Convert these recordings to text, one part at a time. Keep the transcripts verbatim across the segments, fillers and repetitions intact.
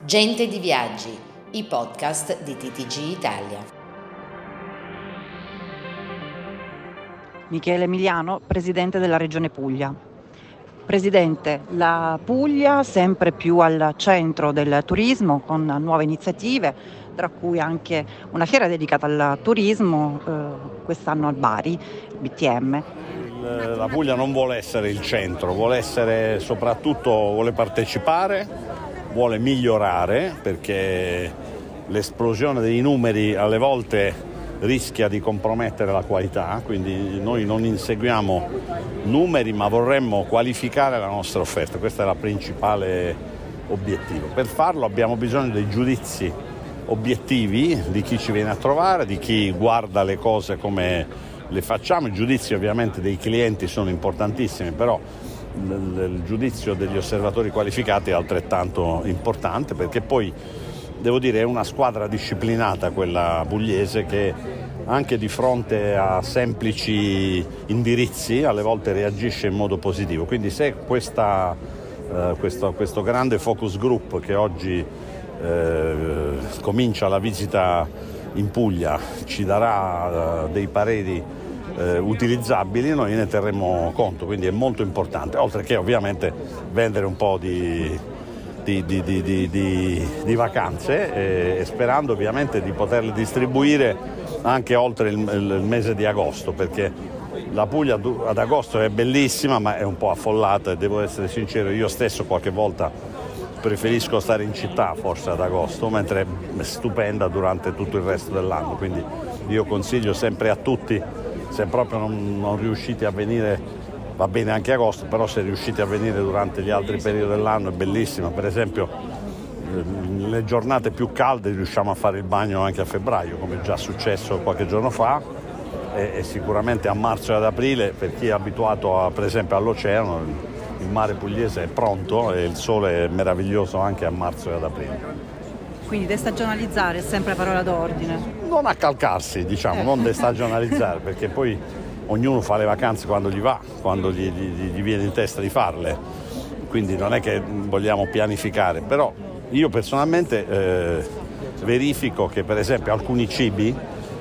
Gente di Viaggi, i podcast di T T G Italia. Michele Emiliano, presidente della Regione Puglia. Presidente, la Puglia sempre più al centro del turismo con nuove iniziative, tra cui anche una fiera dedicata al turismo, eh, quest'anno al Bari, B T M. La Puglia non vuole essere il centro, vuole essere soprattutto, vuole partecipare, vuole migliorare, perché l'esplosione dei numeri alle volte rischia di compromettere la qualità, quindi noi non inseguiamo numeri ma vorremmo qualificare la nostra offerta, questo è il principale obiettivo. Per farlo abbiamo bisogno dei giudizi obiettivi di chi ci viene a trovare, di chi guarda le cose come le facciamo. I giudizi ovviamente dei clienti sono importantissimi, però il giudizio degli osservatori qualificati è altrettanto importante, perché poi devo dire è una squadra disciplinata quella pugliese, che anche di fronte a semplici indirizzi alle volte reagisce in modo positivo. Quindi se questa, eh, questo, questo grande focus group che oggi eh, comincia la visita in Puglia ci darà eh, dei pareri Eh, utilizzabili, noi ne terremo conto, quindi è molto importante, oltre che ovviamente vendere un po' di, di, di, di, di, di, di vacanze e, e sperando ovviamente di poterle distribuire anche oltre il, il mese di agosto, perché la Puglia ad agosto è bellissima ma è un po' affollata e devo essere sincero, io stesso qualche volta preferisco stare in città forse ad agosto, mentre è stupenda durante tutto il resto dell'anno, quindi io consiglio sempre a tutti, se proprio non, non riuscite a venire, va bene anche agosto, però se riuscite a venire durante gli altri periodi dell'anno è bellissima. Per esempio nelle giornate più calde riusciamo a fare il bagno anche a febbraio, come è già successo qualche giorno fa, e, e sicuramente a marzo e ad aprile, per chi è abituato a, per esempio all'oceano, il mare pugliese è pronto e il sole è meraviglioso anche a marzo e ad aprile. Quindi destagionalizzare è sempre parola d'ordine. Non accalcarsi, diciamo, non destagionalizzare, perché poi ognuno fa le vacanze quando gli va, quando gli, gli, gli viene in testa di farle, quindi non è che vogliamo pianificare, però io personalmente eh, verifico che per esempio alcuni cibi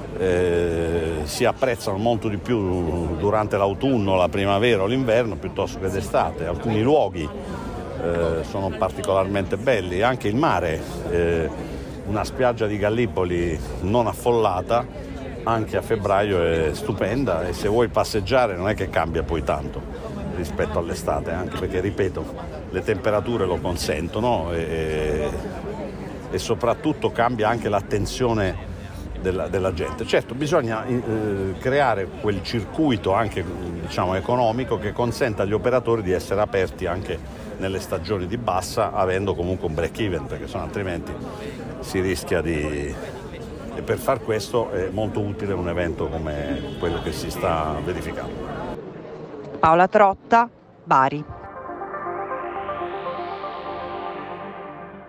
eh, si apprezzano molto di più durante l'autunno, la primavera o l'inverno piuttosto che d'estate, alcuni luoghi Eh, sono particolarmente belli, anche il mare, eh, una spiaggia di Gallipoli non affollata anche a febbraio è stupenda, e se vuoi passeggiare non è che cambia poi tanto rispetto all'estate, anche perché ripeto le temperature lo consentono e, e soprattutto cambia anche l'attenzione della, della gente. Certo, bisogna eh, creare quel circuito anche diciamo economico che consenta agli operatori di essere aperti anche nelle stagioni di bassa, avendo comunque un break even, perché sennò altrimenti si rischia di... e per far questo è molto utile un evento come quello che si sta verificando. Paola Trotta, Bari.